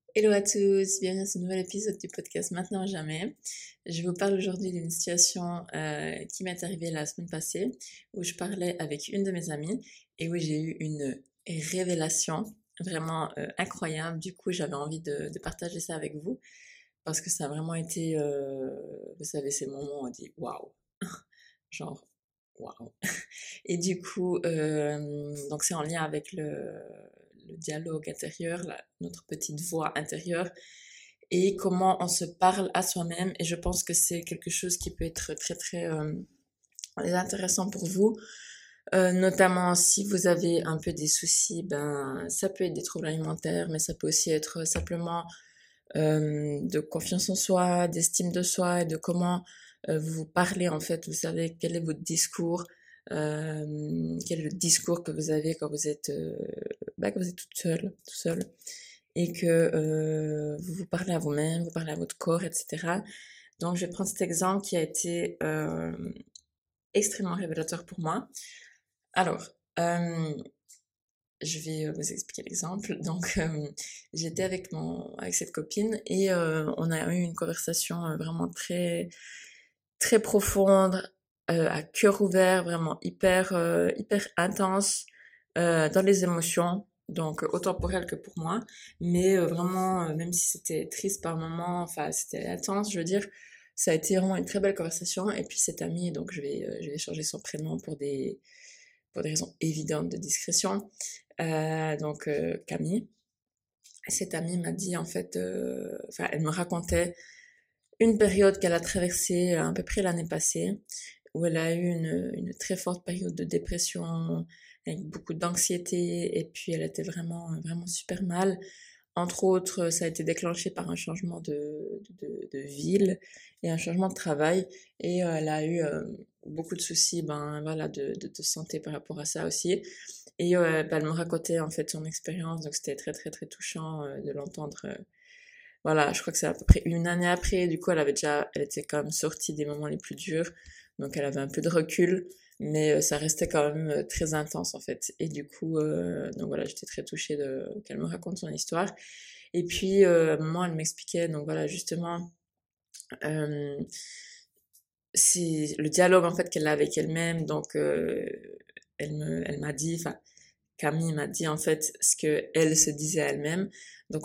Hello à tous, bienvenue dans ce nouvel épisode du podcast Maintenant ou Jamais. Je vous parle aujourd'hui d'une situation qui m'est arrivée la semaine passée où je parlais avec une de mes amies et où j'ai eu une révélation vraiment incroyable. Du coup, j'avais envie de partager ça avec vous parce que ça a vraiment été, vous savez, ces moments où on dit waouh, genre waouh. Et du coup, donc c'est en lien avec le dialogue intérieur, notre petite voix intérieure, et comment on se parle à soi-même. Et je pense que c'est quelque chose qui peut être très très intéressant pour vous, notamment si vous avez un peu des soucis. Ben, ça peut être des troubles alimentaires, mais ça peut aussi être simplement de confiance en soi, d'estime de soi et de comment vous vous parlez en fait. Vous savez quel est votre discours, quel est le discours que vous avez quand vous êtes toute seule, tout seul, et que vous vous parlez à vous-même, vous parlez à votre corps, etc. Donc je vais prendre cet exemple qui a été extrêmement révélateur pour moi. Alors, je vais vous expliquer l'exemple. Donc, j'étais avec cette copine et on a eu une conversation vraiment très, très profonde, à cœur ouvert, vraiment hyper intense dans les émotions. Donc, autant pour elle que pour moi. Mais vraiment, même si c'était triste par moments, enfin, c'était intense, je veux dire, ça a été vraiment une très belle conversation. Et puis, cette amie, donc, je vais changer son prénom pour des raisons évidentes de discrétion. Camille, cette amie m'a dit en fait, enfin elle me racontait une période qu'elle a traversée à peu près l'année passée, où elle a eu une très forte période de dépression, avec beaucoup d'anxiété, et puis elle était vraiment super mal. Entre autres, ça a été déclenché par un changement de ville et un changement de travail. Et elle a eu beaucoup de soucis ben, voilà, de santé par rapport à ça aussi. Et bah, elle me racontait en fait son expérience, donc c'était très très très touchant de l'entendre. Voilà, je crois que c'est à peu près une année après, du coup elle était quand même sortie des moments les plus durs, donc elle avait un peu de recul, mais ça restait quand même très intense en fait. Et du coup, donc voilà, j'étais très touchée qu'elle me raconte son histoire. Et puis, à un moment, elle m'expliquait, donc voilà, justement, euh, c'est le dialogue en fait qu'elle a avec elle-même. Donc, elle m'a dit, enfin, Camille m'a dit en fait ce que elle se disait à elle-même. Donc,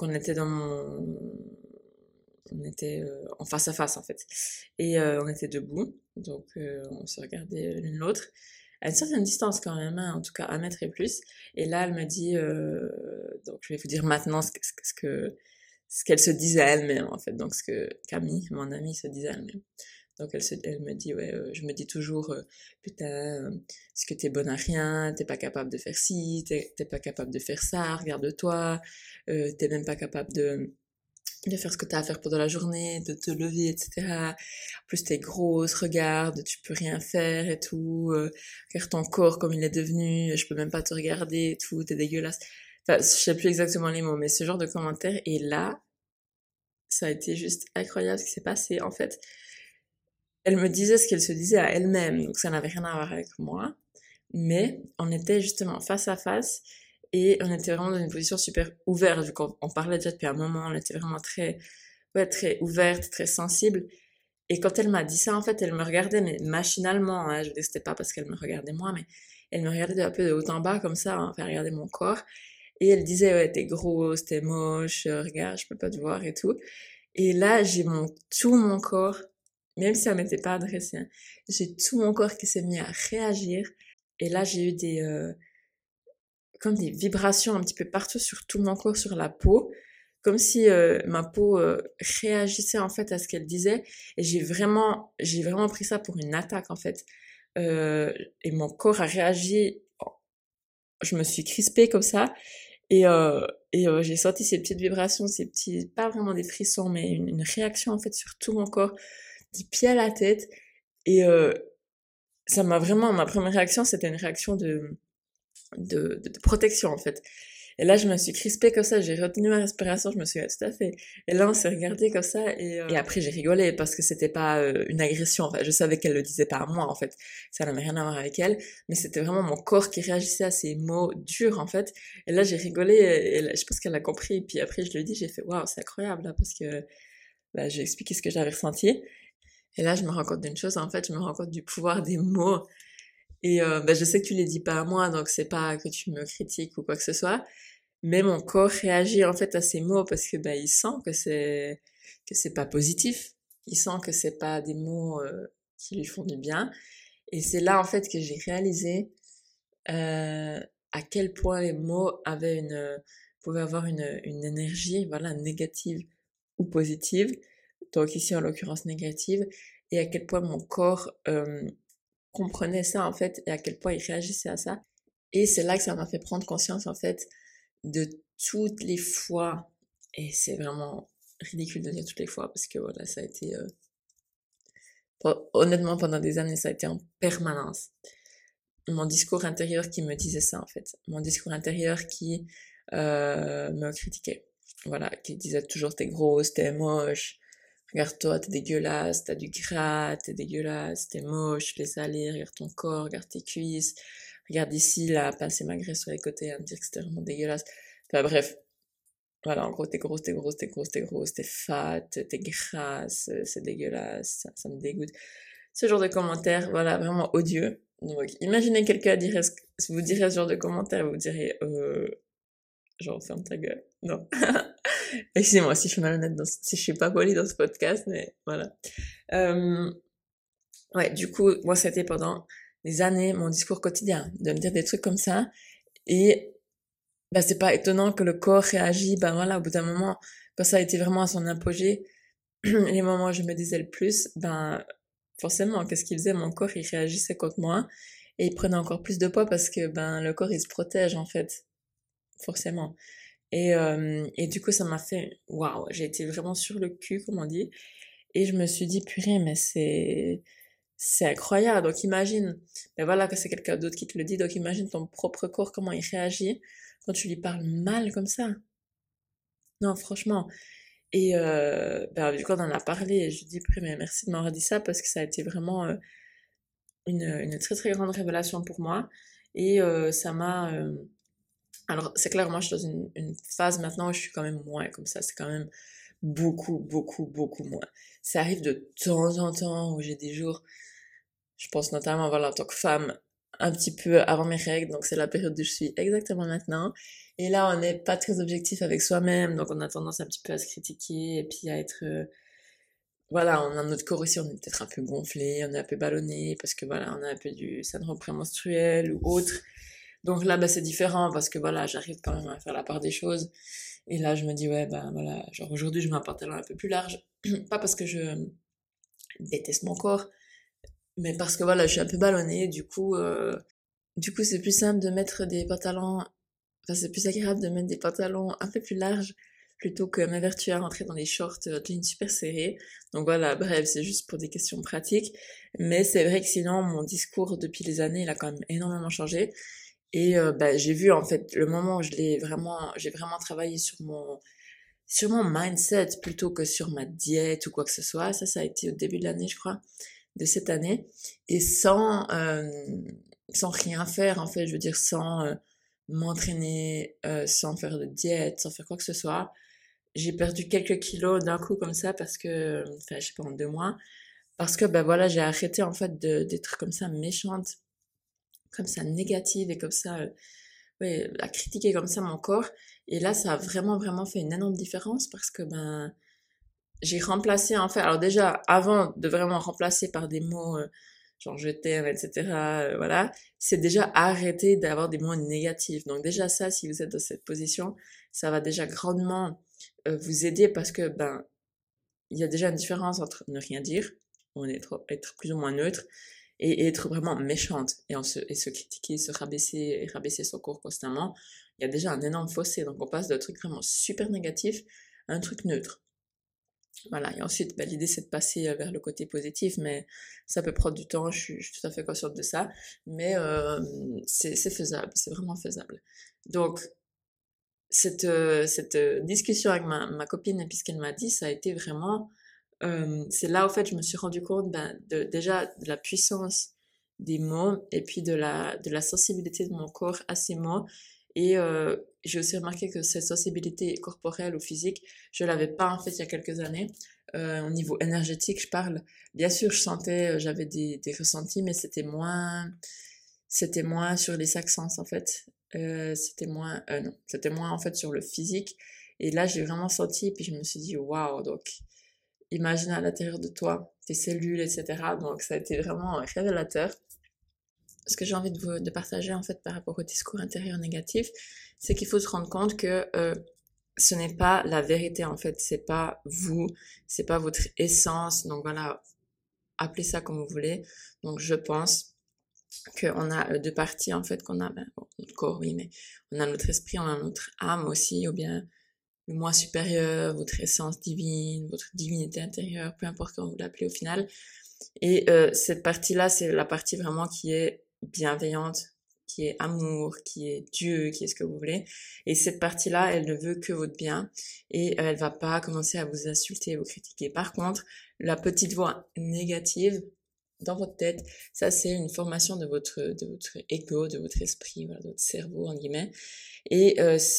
on était en face à face en fait, et on était debout. Donc, on se regardait l'une l'autre à une certaine distance quand même, hein, en tout cas 1 mètre et plus. Et là, elle m'a dit, donc je vais vous dire maintenant ce qu'elle se disait à elle-même en fait, donc ce que Camille, mon amie, se disait à elle-même. Donc elle me dit, ouais, je me dis toujours, putain, est-ce que t'es bonne à rien, t'es pas capable de faire ci, t'es pas capable de faire ça, regarde-toi, t'es même pas capable de faire ce que t'as à faire pendant la journée, de te lever, etc. En plus t'es grosse, regarde, tu peux rien faire et tout, regarde ton corps comme il est devenu, je peux même pas te regarder et tout, t'es dégueulasse. Enfin, je sais plus exactement les mots, mais ce genre de commentaires, et là, ça a été juste incroyable ce qui s'est passé, en fait. Elle me disait ce qu'elle se disait à elle-même, donc ça n'avait rien à voir avec moi. Mais on était justement face à face et on était vraiment dans une position super ouverte, vu qu'on parlait déjà depuis un moment, on était vraiment très, ouais, très ouverte, très sensible. Et quand elle m'a dit ça, en fait, elle me regardait, mais machinalement, hein, je veux dire, c'était pas parce qu'elle me regardait moi, mais elle me regardait un peu de haut en bas, comme ça, hein, enfin, regarder mon corps. Et elle disait, ouais, t'es grosse, t'es moche, regarde, je peux pas te voir et tout. Et là, tout mon corps, même si ça m'était pas adressé, hein, j'ai tout mon corps qui s'est mis à réagir. Et là, j'ai eu comme des vibrations un petit peu partout sur tout mon corps, sur la peau, comme si ma peau réagissait en fait à ce qu'elle disait. Et j'ai vraiment pris ça pour une attaque en fait. Euh, et mon corps a réagi. Je me suis crispée comme ça. Et, euh, j'ai senti ces petites vibrations, ces petits, pas vraiment des frissons, mais une réaction en fait sur tout mon corps, du pied à la tête. Et ça m'a vraiment, ma première réaction, c'était une réaction de protection en fait. Et là, je me suis crispée comme ça, j'ai retenu ma respiration, je me suis dit, tout à fait. Et là, on s'est regardé comme ça, et après, j'ai rigolé parce que c'était pas une agression. Enfin, je savais qu'elle le disait pas à moi, en fait. Ça n'avait rien à voir avec elle. Mais c'était vraiment mon corps qui réagissait à ces mots durs, en fait. Et là, j'ai rigolé, et là, je pense qu'elle a compris. Puis après, je lui ai dit, j'ai fait, waouh, c'est incroyable, là, parce que, bah, j'ai expliqué ce que j'avais ressenti. Et là, je me rends compte d'une chose, en fait, je me rends compte du pouvoir des mots. Et bah, je sais que tu les dis pas à moi, donc c'est pas que tu me critiques ou quoi que ce soit, mais mon corps réagit en fait à ces mots parce que bah il sent que c'est pas positif, il sent que c'est pas des mots qui lui font du bien. Et c'est là en fait que j'ai réalisé à quel point les mots avaient pouvaient avoir une énergie, voilà, négative ou positive. Donc ici en l'occurrence négative, et à quel point mon corps comprenait ça en fait et à quel point il réagissait à ça. Et c'est là que ça m'a fait prendre conscience en fait de toutes les fois, et c'est vraiment ridicule de dire toutes les fois parce que voilà, ça a été honnêtement pendant des années ça a été en permanence. Mon discours intérieur qui me disait ça en fait, mon discours intérieur qui me critiquait, voilà, qui disait toujours t'es grosse, t'es moche, regarde-toi, t'es dégueulasse, t'as du gras, t'es dégueulasse, t'es moche, laisse aller, regarde ton corps, regarde tes cuisses, regarde ici, là, passer ma graisse sur les côtés, à me dire que c'était vraiment dégueulasse. Enfin bref, voilà, en gros, t'es grosse, t'es grosse, t'es grosse, t'es grosse, t'es fat, t'es grasse, c'est dégueulasse, ça me dégoûte. Ce genre de commentaires, voilà, vraiment odieux. Donc, imaginez quelqu'un vous dirait ce genre de commentaires, vous direz, genre, ferme ta gueule. Non. Excusez-moi si je suis malhonnête, si je suis pas polie dans ce podcast, mais voilà. Ouais, du coup, moi, c'était pendant des années mon discours quotidien, de me dire des trucs comme ça. Et bah, c'est pas étonnant que le corps réagit, bah voilà, au bout d'un moment, quand ça a été vraiment à son apogée, les moments où je me disais le plus, ben forcément, qu'est-ce qu'il faisait? Mon corps, il réagissait contre moi. Et il prenait encore plus de poids parce que ben le corps, il se protège, en fait, forcément. Et du coup, ça m'a fait, waouh, j'ai été vraiment sur le cul, comme on dit. Et je me suis dit, purée, mais c'est incroyable. Donc imagine, ben voilà que c'est quelqu'un d'autre qui te le dit. Donc imagine ton propre corps, comment il réagit quand tu lui parles mal comme ça. Non, franchement. Et ben, du coup, on en a parlé et je dis, purée, mais merci de m'avoir dit ça parce que ça a été vraiment une très très grande révélation pour moi. Et ça m'a... alors, c'est clair, moi, je suis dans une phase maintenant où je suis quand même moins comme ça. C'est quand même beaucoup, beaucoup, beaucoup moins. Ça arrive de temps en temps où j'ai des jours, je pense notamment, voilà, en tant que femme, un petit peu avant mes règles, donc c'est la période où je suis exactement maintenant. Et là, on n'est pas très objectif avec soi-même, donc on a tendance un petit peu à se critiquer et puis à être... voilà, on a notre corps aussi, on est peut-être un peu gonflé, on est un peu ballonné, parce que voilà, on a un peu du syndrome prémenstruel ou autre. Donc là, bah, c'est différent, parce que voilà, j'arrive quand même à faire la part des choses. Et là, je me dis, ouais, ben voilà, genre aujourd'hui, je mets un pantalon un peu plus large. Pas parce que je déteste mon corps, mais parce que voilà, je suis un peu ballonnée, du coup, c'est plus simple de mettre des pantalons, enfin, c'est plus agréable de mettre des pantalons un peu plus larges plutôt que m'avertir à rentrer dans des shorts jeans super serrés. Donc voilà, bref, c'est juste pour des questions pratiques. Mais c'est vrai que sinon, mon discours depuis les années, il a quand même énormément changé. Et bah, j'ai vu en fait le moment où j'ai vraiment travaillé sur mon mindset plutôt que sur ma diète ou quoi que ce soit. Ça a été au début de l'année, je crois, de cette année. Et sans rien faire, en fait, je veux dire, sans m'entraîner, sans faire de diète, sans faire quoi que ce soit. J'ai perdu quelques kilos d'un coup comme ça parce que, enfin, je sais pas, en 2 mois. Parce que, ben voilà, j'ai arrêté en fait d'être comme ça méchante, comme ça négative et comme ça, ouais, à critiquer comme ça mon corps. Et là, ça a vraiment, vraiment fait une énorme différence parce que, ben, j'ai remplacé en fait, alors déjà, avant de vraiment remplacer par des mots genre je t'aime, etc., voilà, c'est déjà arrêter d'avoir des mots négatifs. Donc déjà ça, si vous êtes dans cette position, ça va déjà grandement vous aider parce que ben il y a déjà une différence entre ne rien dire, on est être plus ou moins neutre, et être vraiment méchante et se critiquer, se rabaisser et rabaisser son corps constamment. Il y a déjà un énorme fossé. Donc on passe d'un truc vraiment super négatif à un truc neutre. Voilà, et ensuite, bah, l'idée c'est de passer vers le côté positif, mais ça peut prendre du temps, je suis tout à fait consciente de ça, mais c'est faisable, c'est vraiment faisable. Donc, cette discussion avec ma copine et puis ce qu'elle m'a dit, ça a été vraiment, c'est là, en fait, je me suis rendu compte, ben, déjà, de la puissance des mots et puis de la sensibilité de mon corps à ces mots. Et j'ai aussi remarqué que cette sensibilité corporelle ou physique, je l'avais pas, en fait, il y a quelques années. Au niveau énergétique, je parle. Bien sûr, je sentais, j'avais des ressentis, mais c'était moins sur les cinq sens, en fait. Non, c'était moins, en fait, sur le physique. Et là, j'ai vraiment senti, et puis je me suis dit, waouh, donc, imagine à l'intérieur de toi, tes cellules, etc. Donc, ça a été vraiment révélateur. Ce que j'ai envie de partager, en fait, par rapport au discours intérieur négatif, c'est qu'il faut se rendre compte que ce n'est pas la vérité, en fait. C'est pas vous, c'est pas votre essence. Donc, voilà, appelez ça comme vous voulez. Donc, je pense qu'on a deux parties, en fait, qu'on a, ben, bon, notre corps, oui, mais on a notre esprit, on a notre âme aussi, ou bien le moi supérieur, votre essence divine, votre divinité intérieure, peu importe comment vous l'appelez au final. Et cette partie-là, c'est la partie vraiment qui est bienveillante, qui est amour, qui est Dieu, qui est ce que vous voulez. Et cette partie-là, elle ne veut que votre bien et elle va pas commencer à vous insulter, vous critiquer. Par contre, la petite voix négative dans votre tête, ça c'est une formation de votre ego, de votre esprit, voilà, de votre cerveau en guillemets. Et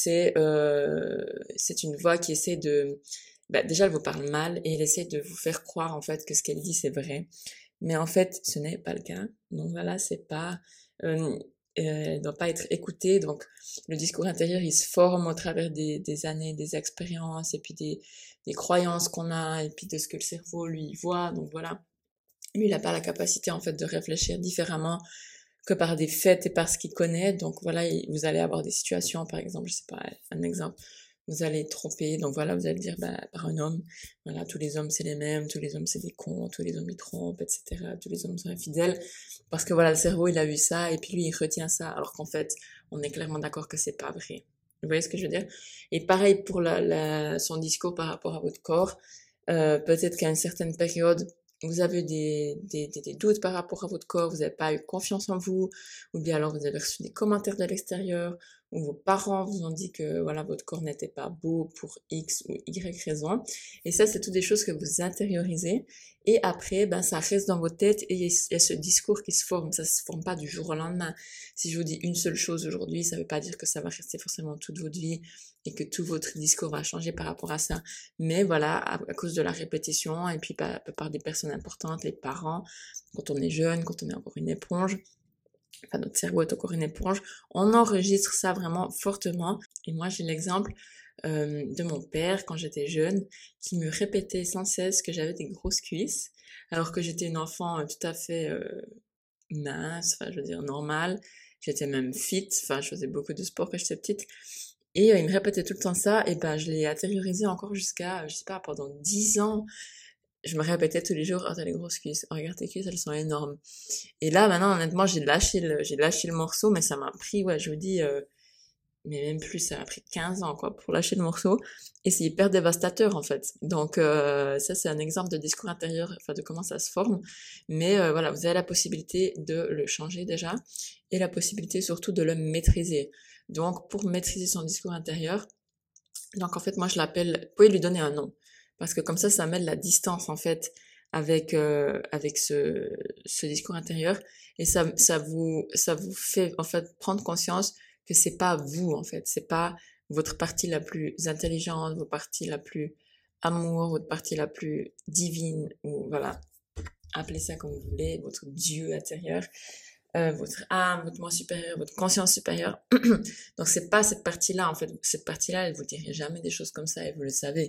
c'est une voix qui essaie de, bah, déjà elle vous parle mal et elle essaie de vous faire croire en fait que ce qu'elle dit c'est vrai, mais en fait ce n'est pas le cas. Donc voilà, c'est pas, euh, elle doit pas être écoutée. Donc le discours intérieur il se forme au travers des années, des expériences et puis des croyances qu'on a et puis de ce que le cerveau lui voit. Donc voilà, lui il n'a pas la capacité en fait de réfléchir différemment que par des faits et par ce qu'il connaît. Donc voilà, vous allez avoir des situations, par exemple, je sais pas, un exemple, vous allez être trompé, donc voilà, vous allez dire bah, par un homme, voilà, tous les hommes c'est les mêmes, tous les hommes c'est des cons, tous les hommes ils trompent, etc. Tous les hommes sont infidèles, parce que voilà, le cerveau il a vu ça et puis lui il retient ça, alors qu'en fait, on est clairement d'accord que c'est pas vrai. Vous voyez ce que je veux dire? Et pareil pour son discours par rapport à votre corps. Peut-être qu'à une certaine période, vous avez des doutes par rapport à votre corps, vous n'avez pas eu confiance en vous, ou bien alors vous avez reçu des commentaires de l'extérieur, ou vos parents vous ont dit que voilà votre corps n'était pas beau pour X ou Y raison. Et ça, c'est toutes des choses que vous intériorisez. Et après, ben ça reste dans votre tête et il y a ce discours qui se forme. Ça se forme pas du jour au lendemain. Si je vous dis une seule chose aujourd'hui, ça veut pas dire que ça va rester forcément toute votre vie et que tout votre discours va changer par rapport à ça. Mais voilà, à cause de la répétition et puis par des personnes importantes, les parents, quand on est jeune, quand on est encore une éponge, enfin notre cerveau est encore une éponge, on enregistre ça vraiment fortement. Et moi j'ai l'exemple de mon père quand j'étais jeune, qui me répétait sans cesse que j'avais des grosses cuisses, alors que j'étais une enfant tout à fait mince, enfin je veux dire normale, j'étais même fit, enfin je faisais beaucoup de sport quand j'étais petite. Et il me répétait tout le temps ça, et ben je l'ai intériorisé encore jusqu'à, je sais pas, pendant 10 ans. Je me répétais tous les jours, oh t'as les grosses cuisses, oh, regarde tes cuisses, elles sont énormes. Et là, maintenant, honnêtement, j'ai lâché le morceau, mais ça m'a pris, ouais, je vous dis, mais même plus, ça m'a pris 15 ans, quoi, pour lâcher le morceau. Et c'est hyper dévastateur, en fait. Donc, ça, c'est un exemple de discours intérieur, enfin, de comment ça se forme. Mais voilà, vous avez la possibilité de le changer déjà, et la possibilité surtout de le maîtriser. Donc, pour maîtriser son discours intérieur, donc en fait, moi, je l'appelle, vous pouvez lui donner un nom. Parce que comme ça met de la distance, en fait, avec ce discours intérieur. Et ça vous fait, en fait, prendre conscience que c'est pas vous, en fait. C'est pas votre partie la plus intelligente, votre partie la plus amour, votre partie la plus divine, ou voilà, appelez ça comme vous voulez, votre Dieu intérieur, votre âme, votre moi supérieur, votre conscience supérieure. Donc c'est pas cette partie-là, en fait. Cette partie-là, elle vous dirait jamais des choses comme ça, et vous le savez.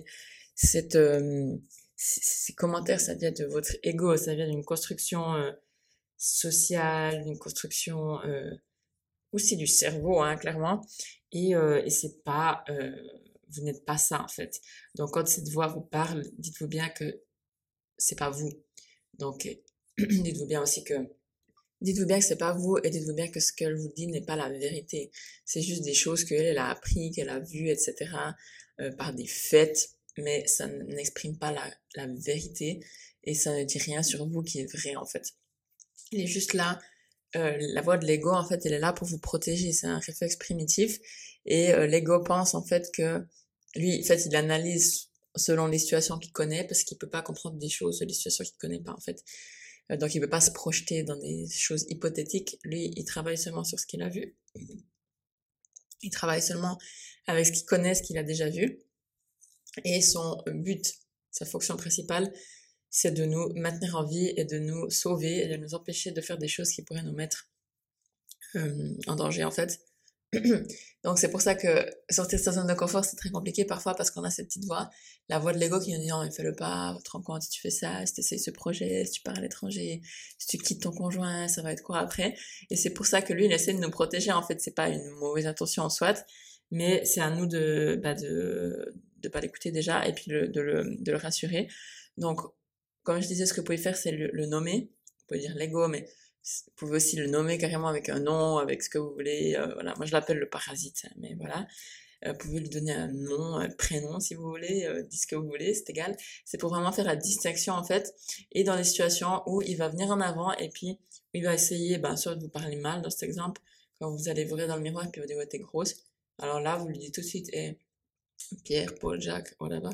Ces commentaires, ça vient de votre ego, ça vient d'une construction sociale, d'une construction aussi du cerveau, hein, clairement. Et c'est pas, vous n'êtes pas ça, en fait. Donc quand cette voix vous parle, dites-vous bien que c'est pas vous. Donc dites-vous bien que c'est pas vous, et dites-vous bien que ce qu'elle vous dit n'est pas la vérité. C'est juste des choses qu'elle a appris, qu'elle a vues, etc. Par des faits, mais ça n'exprime pas la vérité et ça ne dit rien sur vous qui est vrai en fait. Elle est juste là, la voix de l'ego en fait, elle est là pour vous protéger. C'est un réflexe primitif Et l'ego pense en fait que lui, en fait, il analyse selon les situations qu'il connaît parce qu'il peut pas comprendre des choses, les situations qu'il connaît pas en fait. Donc il peut pas se projeter dans des choses hypothétiques. Lui, il travaille seulement sur ce qu'il a vu. Il travaille seulement avec ce qu'il connaît, ce qu'il a déjà vu. Et son but, sa fonction principale, c'est de nous maintenir en vie et de nous sauver et de nous empêcher de faire des choses qui pourraient nous mettre en danger en fait. Donc c'est pour ça que sortir de sa zone de confort c'est très compliqué parfois parce qu'on a cette petite voix, la voix de l'ego qui nous dit non mais fais-le pas, tu te rends compte si tu fais ça, si tu essayes ce projet, si tu pars à l'étranger, si tu quittes ton conjoint, ça va être quoi après? Et c'est pour ça que lui il essaie de nous protéger en fait, c'est pas une mauvaise intention en soi, mais c'est à nous de pas l'écouter déjà et puis de le rassurer. Donc comme je disais, ce que vous pouvez faire c'est le nommer, vous pouvez dire l'ego mais vous pouvez aussi le nommer carrément avec un nom, avec ce que vous voulez. Voilà, moi je l'appelle le parasite, mais voilà. Vous pouvez lui donner un nom, un prénom si vous voulez, dites ce que vous voulez, c'est égal. C'est pour vraiment faire la distinction en fait. Et dans les situations où il va venir en avant et puis il va essayer, soit de vous parler mal dans cet exemple, quand vous allez vous regarder dans le miroir et puis vous dites ouais t'es grosse. Alors là vous lui dites tout de suite, Pierre, Paul, Jacques, whatever,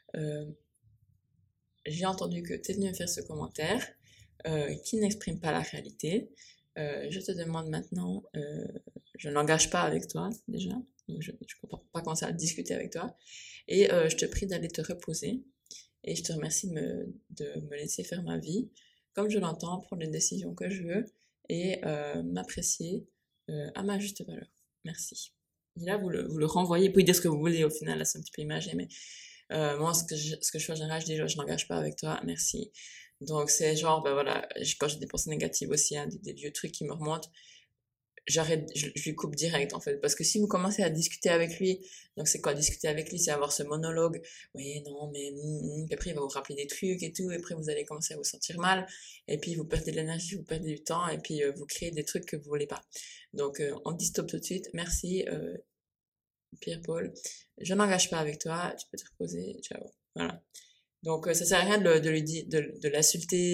j'ai entendu que tu es venu me faire ce commentaire. Qui n'exprime pas la réalité. Je te demande maintenant, je n'engage pas avec toi déjà, donc je ne comprends pas commencer à discuter avec toi, et je te prie d'aller te reposer, et je te remercie de me laisser faire ma vie, comme je l'entends, prendre les décisions que je veux, et m'apprécier à ma juste valeur. Merci. Et là, vous le renvoyez, vous pouvez dire ce que vous voulez au final, là c'est un petit peu imagé, mais moi ce que je fais en général, je dis je n'engage pas avec toi, merci. Donc c'est genre, voilà, quand j'ai des pensées négatives aussi, hein, des vieux trucs qui me remontent, j'arrête, je lui coupe direct en fait. Parce que si vous commencez à discuter avec lui, donc c'est quoi discuter avec lui, c'est avoir ce monologue, oui, non, mais, puis après il va vous rappeler des trucs et tout, et après vous allez commencer à vous sentir mal, et puis vous perdez de l'énergie, vous perdez du temps, et puis vous créez des trucs que vous voulez pas. Donc on dit stop tout de suite, merci Pierre-Paul, je n'engage pas avec toi, tu peux te reposer, ciao, voilà. Donc ça sert à rien de lui dire de l'insulter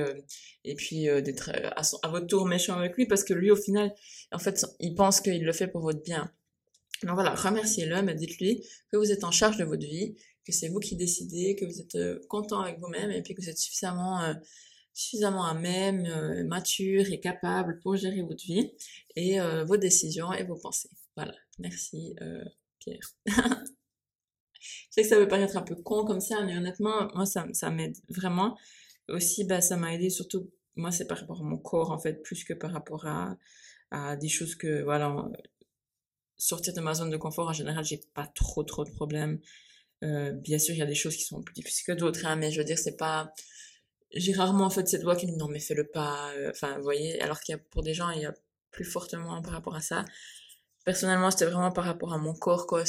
et puis d'être à votre tour méchant avec lui parce que lui au final en fait il pense qu'il le fait pour votre bien. Donc voilà, remerciez-le, mais dites-lui que vous êtes en charge de votre vie, que c'est vous qui décidez, que vous êtes content avec vous-même et puis que vous êtes suffisamment à même, mature et capable pour gérer votre vie et vos décisions et vos pensées. Voilà, merci Pierre. Je sais que ça peut paraître un peu con comme ça, mais honnêtement, moi, ça m'aide vraiment. Aussi, ça m'a aidé surtout, moi, c'est par rapport à mon corps, en fait, plus que par rapport à des choses que, voilà, sortir de ma zone de confort, en général, j'ai pas trop de problèmes. Bien sûr, il y a des choses qui sont plus difficiles que d'autres, hein, mais je veux dire, c'est pas, j'ai rarement, en fait, cette voix qui me dit non, mais fais-le pas, enfin, vous voyez, alors qu'il y a, pour des gens, il y a plus fortement par rapport à ça. Personnellement, c'était vraiment par rapport à mon corps, quoi,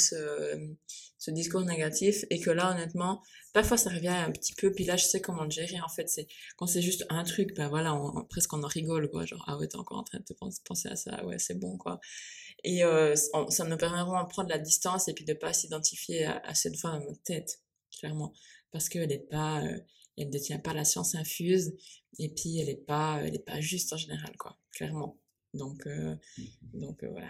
ce discours négatif. Et que là, honnêtement, parfois ça revient un petit peu. Puis là, je sais comment le gérer. En fait, c'est quand c'est juste un truc, voilà, presque on en rigole, quoi. Genre, ah ouais, t'es encore en train de penser à ça. Ouais, c'est bon, quoi. Et ça me permet vraiment de prendre la distance et puis de pas s'identifier à cette voix dans notre tête, clairement. Parce qu'elle est pas, elle ne détient pas la science infuse. Et puis, elle est pas juste en général, quoi. Clairement. Donc voilà.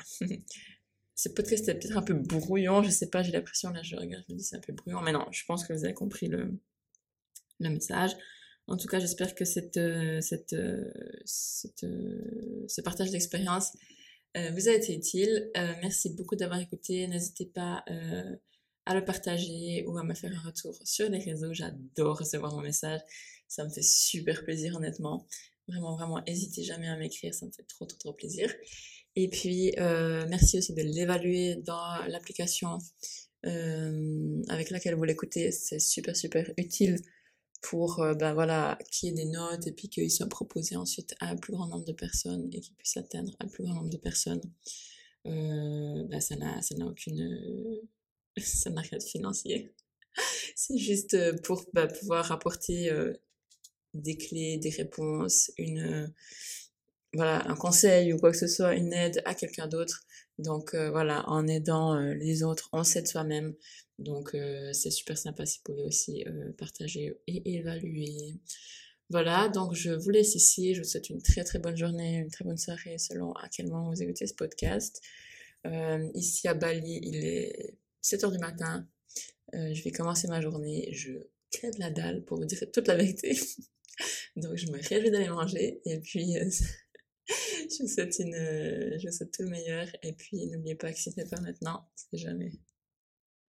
Ce podcast est peut-être un peu brouillon, je sais pas, j'ai l'impression, là je regarde, je me dis c'est un peu brouillon, mais non, je pense que vous avez compris le message. En tout cas, j'espère que ce partage d'expérience vous a été utile. Merci beaucoup d'avoir écouté. N'hésitez pas à le partager ou à me faire un retour sur les réseaux. J'adore recevoir mon message. Ça me fait super plaisir, honnêtement. Vraiment, vraiment, n'hésitez jamais à m'écrire. Ça me fait trop plaisir. Et puis, merci aussi de l'évaluer dans l'application avec laquelle vous l'écoutez. C'est super utile pour voilà, qu'il y ait des notes et puis qu'ils soient proposés ensuite à un plus grand nombre de personnes et qu'ils puissent atteindre un plus grand nombre de personnes. Ça n'a aucune... ça n'a rien de financier. C'est juste pour pouvoir apporter des clés, des réponses, voilà, un conseil ou quoi que ce soit, une aide à quelqu'un d'autre. Donc voilà, en aidant les autres, on s'aide soi-même. Donc c'est super sympa si vous pouvez aussi partager et évaluer. Voilà, donc je vous laisse ici. Je vous souhaite une très bonne journée, une très bonne soirée selon à quel moment vous écoutez ce podcast. Ici à Bali, il est 7 heures du matin. Je vais commencer ma journée. Je crève la dalle pour vous dire toute la vérité. Donc je me réjouis d'aller manger. Et puis je vous souhaite tout le meilleur. Et puis n'oubliez pas que si ce n'est pas maintenant, c'est jamais.